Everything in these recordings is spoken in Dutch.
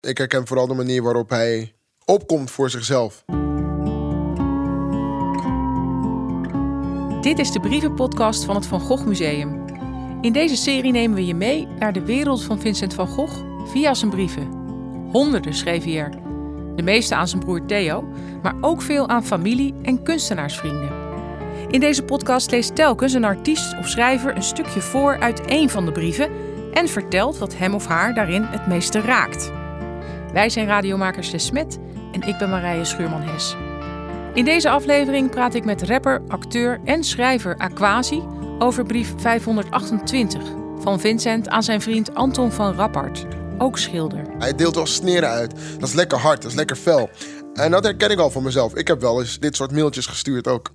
Ik herken vooral de manier waarop hij opkomt voor zichzelf. Dit is de brievenpodcast van het Van Gogh Museum. In deze serie nemen we je mee naar de wereld van Vincent van Gogh via zijn brieven. Honderden schreef hij er. De meeste aan zijn broer Theo, maar ook veel aan familie en kunstenaarsvrienden. In deze podcast leest telkens een artiest of schrijver een stukje voor uit één van de brieven en vertelt wat hem of haar daarin het meeste raakt. Wij zijn radiomakers De Smet en ik ben Marije Schuurman-Hes. In deze aflevering praat ik met rapper, acteur en schrijver Aquasi over brief 528 van Vincent aan zijn vriend Anton van Rappard, ook schilder. Hij deelt wel sneren uit. Dat is lekker hard, dat is lekker fel. En dat herken ik al van mezelf. Ik heb wel eens dit soort mailtjes gestuurd ook.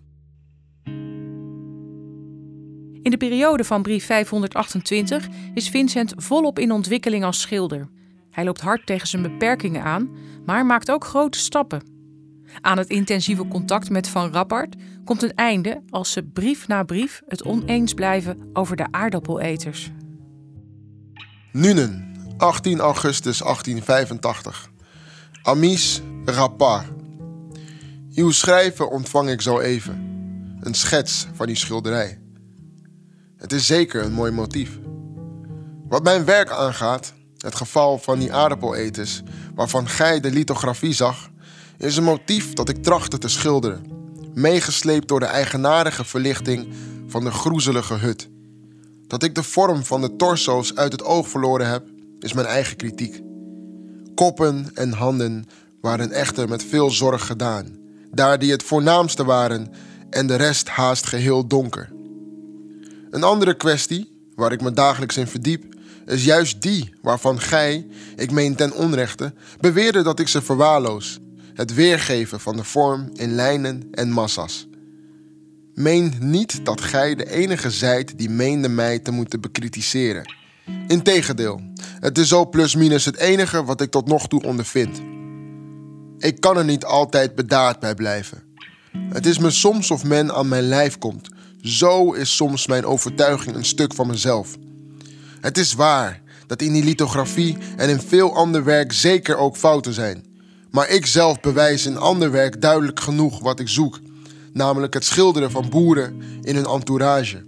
In de periode van brief 528 is Vincent volop in ontwikkeling als schilder. Hij loopt hard tegen zijn beperkingen aan, maar maakt ook grote stappen. Aan het intensieve contact met Van Rappard komt een einde als ze brief na brief het oneens blijven over de aardappeleters. Nuenen, 18 augustus 1885. Amis Rappard. Uw schrijven ontvang ik zo even. Een schets van die schilderij. Het is zeker een mooi motief. Wat mijn werk aangaat, het geval van die aardappeleters, waarvan gij de lithografie zag, is een motief dat ik trachtte te schilderen, meegesleept door de eigenaardige verlichting van de groezelige hut. Dat ik de vorm van de torso's uit het oog verloren heb, is mijn eigen kritiek. Koppen en handen waren echter met veel zorg gedaan, daar die het voornaamste waren en de rest haast geheel donker. Een andere kwestie, waar ik me dagelijks in verdiep, is juist die waarvan gij, ik meen ten onrechte, beweerde dat ik ze verwaarloos. Het weergeven van de vorm in lijnen en massa's. Meen niet dat gij de enige zijt die meende mij te moeten bekritiseren. Integendeel, het is zo plus minus het enige wat ik tot nog toe ondervind. Ik kan er niet altijd bedaard bij blijven. Het is me soms of men aan mijn lijf komt. Zo is soms mijn overtuiging een stuk van mezelf. Het is waar dat in die lithografie en in veel ander werk zeker ook fouten zijn. Maar ik zelf bewijs in ander werk duidelijk genoeg wat ik zoek. Namelijk het schilderen van boeren in hun entourage.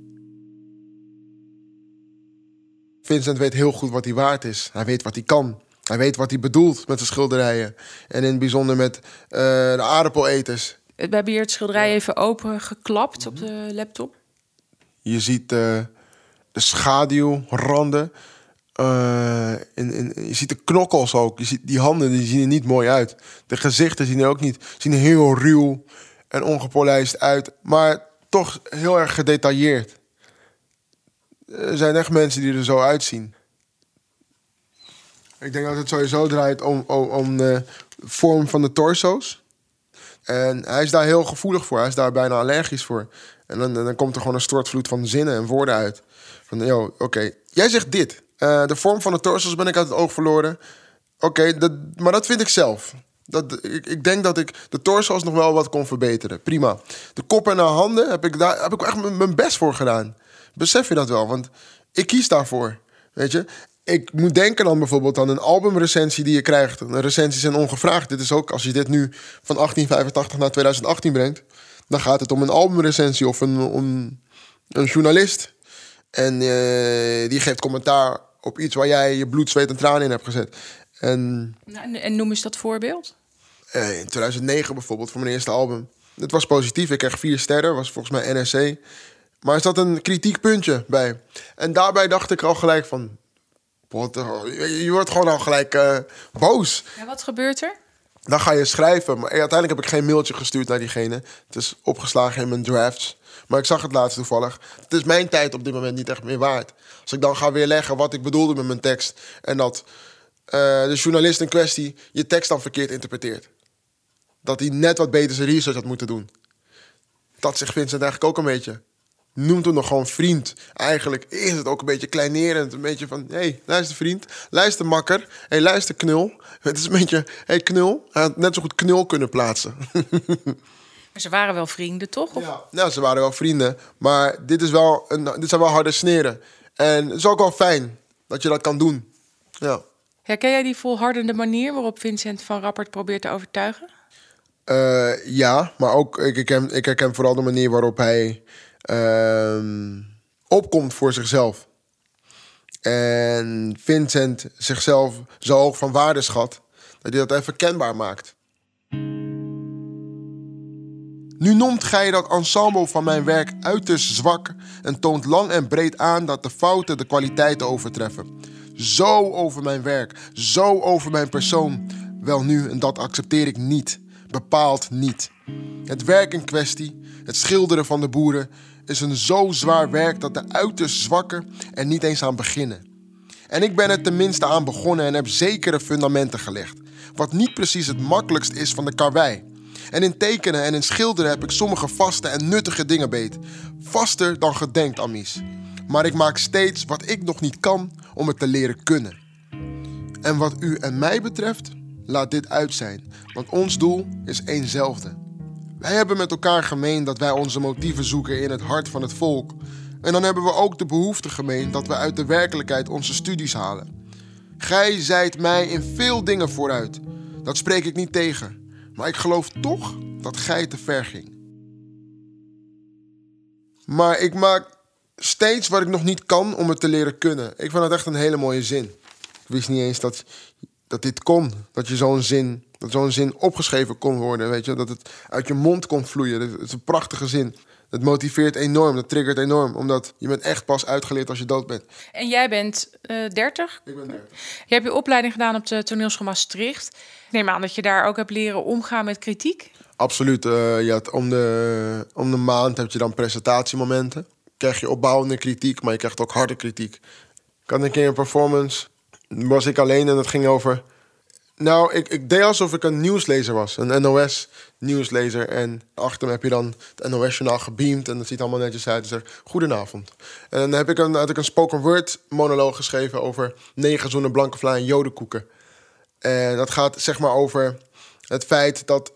Vincent weet heel goed wat hij waard is. Hij weet wat hij kan. Hij weet wat hij bedoelt met zijn schilderijen. En in het bijzonder met de aardappeleters. We hebben hier het schilderij even opengeklapt op de laptop. Je ziet de schaduwranden. Je ziet de knokkels ook. Je ziet die handen, die zien er niet mooi uit. De gezichten zien er ook niet. Zien er heel ruw en ongepolijst uit. Maar toch heel erg gedetailleerd. Er zijn echt mensen die er zo uitzien. Ik denk dat het sowieso draait om de vorm van de torso's. En hij is daar heel gevoelig voor. Hij is daar bijna allergisch voor. En dan komt er gewoon een stortvloed van zinnen en woorden uit. Van, oké. Jij zegt dit. De vorm van de torso's ben ik uit het oog verloren. Oké, maar dat vind ik zelf. Ik denk dat ik de torso's nog wel wat kon verbeteren. Prima. De kop en de handen heb ik echt mijn best voor gedaan. Besef je dat wel? Want ik kies daarvoor. Weet je? Ik moet denken dan bijvoorbeeld aan een albumrecensie die je krijgt. De recensies zijn ongevraagd. Dit is ook, als je dit nu van 1885 naar 2018 brengt, dan gaat het om een albumrecensie of een journalist. En die geeft commentaar op iets waar jij je bloed, zweet en tranen in hebt gezet. En noem eens dat voorbeeld. In 2009 bijvoorbeeld, voor mijn eerste album. Het was positief, ik kreeg 4 sterren, was volgens mij NRC. Maar er zat een kritiekpuntje bij. En daarbij dacht ik al gelijk van, je wordt gewoon al gelijk boos. Ja, wat gebeurt er? Dan ga je schrijven. Maar uiteindelijk heb ik geen mailtje gestuurd naar diegene. Het is opgeslagen in mijn drafts. Maar ik zag het laatst toevallig. Het is mijn tijd op dit moment niet echt meer waard. Als ik dan ga weerleggen wat ik bedoelde met mijn tekst. En dat de journalist in kwestie je tekst dan verkeerd interpreteert. Dat hij net wat beter zijn research had moeten doen. Dat zegt Vincent eigenlijk ook een beetje. Noemt hem nog gewoon vriend. Eigenlijk is het ook een beetje kleinerend. Een beetje van, hey, luister vriend. Luister makker. Hey, luister knul. Het is een beetje, hey knul. Hij had net zo goed knul kunnen plaatsen. Maar ze waren wel vrienden, toch? Of? Ja, ze waren wel vrienden. Maar dit zijn wel harde sneren. En het is ook wel fijn dat je dat kan doen. Ja. Herken jij die volhardende manier waarop Vincent van Rappert probeert te overtuigen? Ja, maar ook ik herken vooral de manier waarop hij opkomt voor zichzelf. En Vincent zichzelf zo hoog van waarde schat, dat hij dat even kenbaar maakt. Nu noemt gij dat ensemble van mijn werk uiterst zwak en toont lang en breed aan dat de fouten de kwaliteiten overtreffen. Zo over mijn werk, zo over mijn persoon. Wel nu, en dat accepteer ik niet. Bepaald niet. Het werk in kwestie, het schilderen van de boeren, is een zo zwaar werk dat de uiterst zwakken er niet eens aan beginnen. En ik ben er tenminste aan begonnen en heb zekere fundamenten gelegd. Wat niet precies het makkelijkst is van de karwei. En in tekenen en in schilderen heb ik sommige vaste en nuttige dingen beet. Vaster dan gedenkt, Amies. Maar ik maak steeds wat ik nog niet kan om het te leren kunnen. En wat u en mij betreft, laat dit uit zijn. Want ons doel is eenzelfde. Wij hebben met elkaar gemeen dat wij onze motieven zoeken in het hart van het volk. En dan hebben we ook de behoefte gemeen dat we uit de werkelijkheid onze studies halen. Gij zijt mij in veel dingen vooruit. Dat spreek ik niet tegen. Maar ik geloof toch dat gij te ver ging. Maar ik maak steeds wat ik nog niet kan om het te leren kunnen. Ik vind dat echt een hele mooie zin. Ik wist niet eens dat dit kon. Dat zo'n zin opgeschreven kon worden. Weet je? Dat het uit je mond kon vloeien. Het is een prachtige zin. Het motiveert enorm, dat triggert enorm. Omdat je bent echt pas uitgeleerd als je dood bent. En jij bent 30? Ik ben 30. Je hebt je opleiding gedaan op de toneelschool Maastricht. Ik neem aan dat je daar ook hebt leren omgaan met kritiek. Absoluut. Om de maand heb je dan presentatiemomenten. Krijg je opbouwende kritiek, maar je krijgt ook harde kritiek. Ik had een keer een performance, was ik alleen en dat ging over... Nou, ik deed alsof ik een nieuwslezer was, een NOS-nieuwslezer. En achter me heb je dan het NOS-journaal gebeamd en dat ziet allemaal netjes uit. Dus zeg, goedenavond. En dan had ik een spoken word monoloog geschreven over 9 zoenen blanke vla en jodenkoeken. En dat gaat zeg maar over het feit dat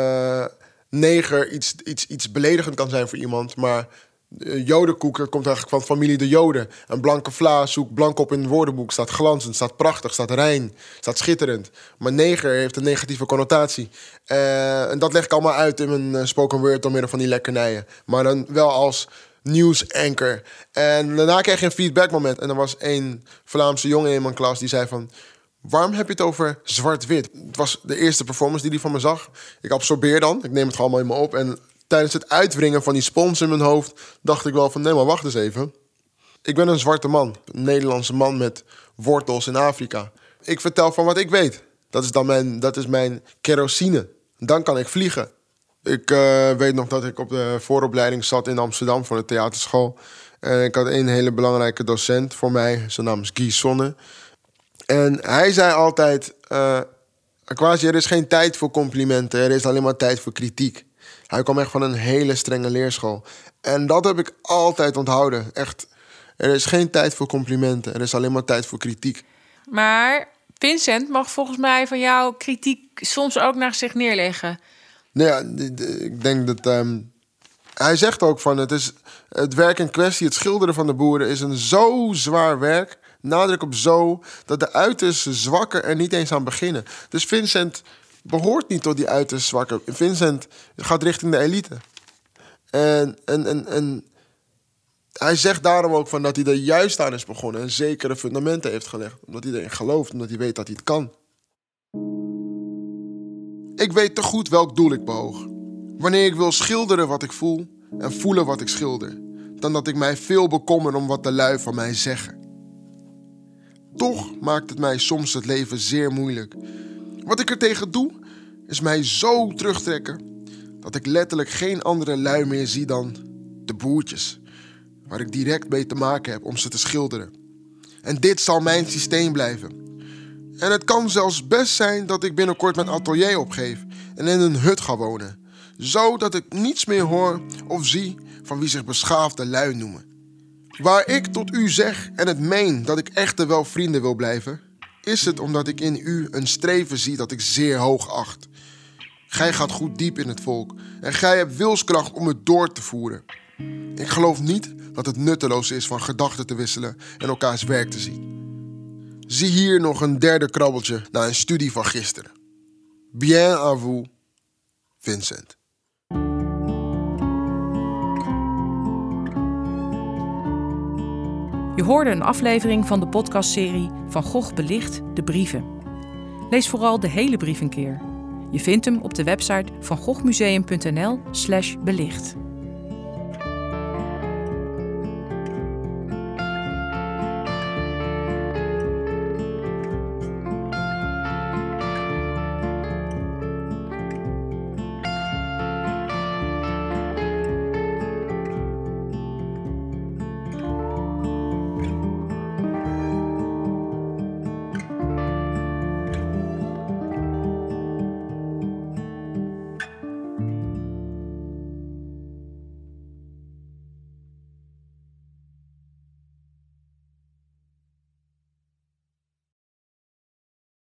neger iets beledigend kan zijn voor iemand, maar... Jodenkoeken komt eigenlijk van familie de Joden. En blanke vla zoekt blank op in het woordenboek. Staat glanzend, staat prachtig, staat rein, staat schitterend. Maar neger heeft een negatieve connotatie. En dat leg ik allemaal uit in mijn spoken word door middel van die lekkernijen. Maar dan wel als nieuwsanker. En daarna kreeg je een feedbackmoment. En er was een Vlaamse jongen in mijn klas die zei van... Waarom heb je het over zwart-wit? Het was de eerste performance die hij van me zag. Ik absorbeer dan, ik neem het gewoon allemaal in me op... en tijdens het uitwringen van die spons in mijn hoofd... dacht ik wel van, nee, maar wacht eens even. Ik ben een zwarte man. Een Nederlandse man met wortels in Afrika. Ik vertel van wat ik weet. Dat is mijn kerosine. Dan kan ik vliegen. Ik weet nog dat ik op de vooropleiding zat in Amsterdam... voor de theaterschool. En ik had een hele belangrijke docent voor mij. Zijn naam is Guy Sonne. En hij zei altijd... Kwasi, er is geen tijd voor complimenten. Er is alleen maar tijd voor kritiek. Hij kwam echt van een hele strenge leerschool. En dat heb ik altijd onthouden. Echt, er is geen tijd voor complimenten. Er is alleen maar tijd voor kritiek. Maar Vincent mag volgens mij van jou kritiek soms ook naar zich neerleggen. Nou ja, ik denk dat... hij zegt ook van, het werk in kwestie, het schilderen van de boeren... is een zo zwaar werk, nadruk op zo... dat de uiterst zwakken er niet eens aan beginnen. Dus Vincent... behoort niet tot die uiterst zwakke. Vincent gaat richting de elite. En hij zegt daarom ook van dat hij er juist aan is begonnen... en zekere fundamenten heeft gelegd. Omdat hij erin gelooft, omdat hij weet dat hij het kan. Ik weet te goed welk doel ik behoog. Wanneer ik wil schilderen wat ik voel... en voelen wat ik schilder... dan dat ik mij veel bekommer om wat de lui van mij zeggen. Toch maakt het mij soms het leven zeer moeilijk... Wat ik er tegen doe, is mij zo terugtrekken... dat ik letterlijk geen andere lui meer zie dan de boertjes... waar ik direct mee te maken heb om ze te schilderen. En dit zal mijn systeem blijven. En het kan zelfs best zijn dat ik binnenkort mijn atelier opgeef... en in een hut ga wonen. Zodat ik niets meer hoor of zie van wie zich beschaafde lui noemen. Waar ik tot u zeg en het meen dat ik echte wel vrienden wil blijven... is het omdat ik in u een streven zie dat ik zeer hoog acht. Gij gaat goed diep in het volk en gij hebt wilskracht om het door te voeren. Ik geloof niet dat het nutteloos is van gedachten te wisselen en elkaars werk te zien. Zie hier nog een derde krabbeltje na een studie van gisteren. Bien à vous, Vincent. Je hoorde een aflevering van de podcastserie Van Gogh belicht de brieven. Lees vooral de hele brief een keer. Je vindt hem op de website vangoghmuseum.nl/belicht.